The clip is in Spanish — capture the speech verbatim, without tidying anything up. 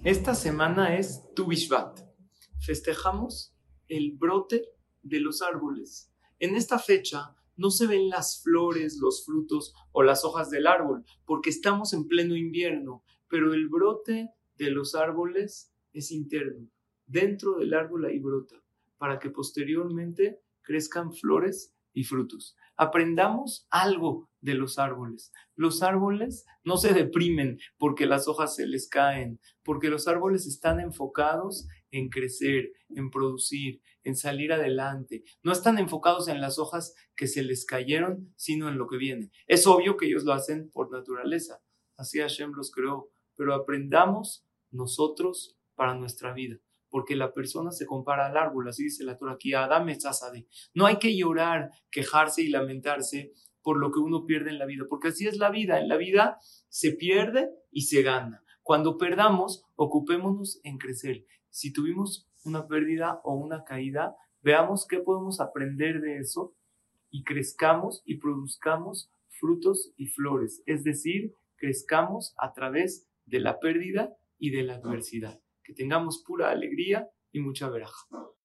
Esta semana es Tu Bishvat. Festejamos el brote de los árboles. En esta fecha no se ven las flores, los frutos o las hojas del árbol, porque estamos en pleno invierno, pero el brote de los árboles es interno. Dentro del árbol hay brota, para que posteriormente crezcan flores y frutos. Aprendamos algo de los árboles. Los árboles no se deprimen porque las hojas se les caen, porque los árboles están enfocados en crecer, en producir, en salir adelante. No están enfocados en las hojas que se les cayeron, sino en lo que viene. Es obvio que ellos lo hacen por naturaleza. Así Hashem los creó. Pero aprendamos nosotros para nuestra vida. Porque la persona se compara al árbol, así dice la Torah aquí, Adam es Asade. No hay que llorar, quejarse y lamentarse por lo que uno pierde en la vida, porque así es la vida. En la vida se pierde y se gana. Cuando perdamos, ocupémonos en crecer. Si tuvimos una pérdida o una caída, veamos qué podemos aprender de eso y crezcamos y produzcamos frutos y flores. Es decir, crezcamos a través de la pérdida y de la adversidad. Que tengamos pura alegría y mucha veraja.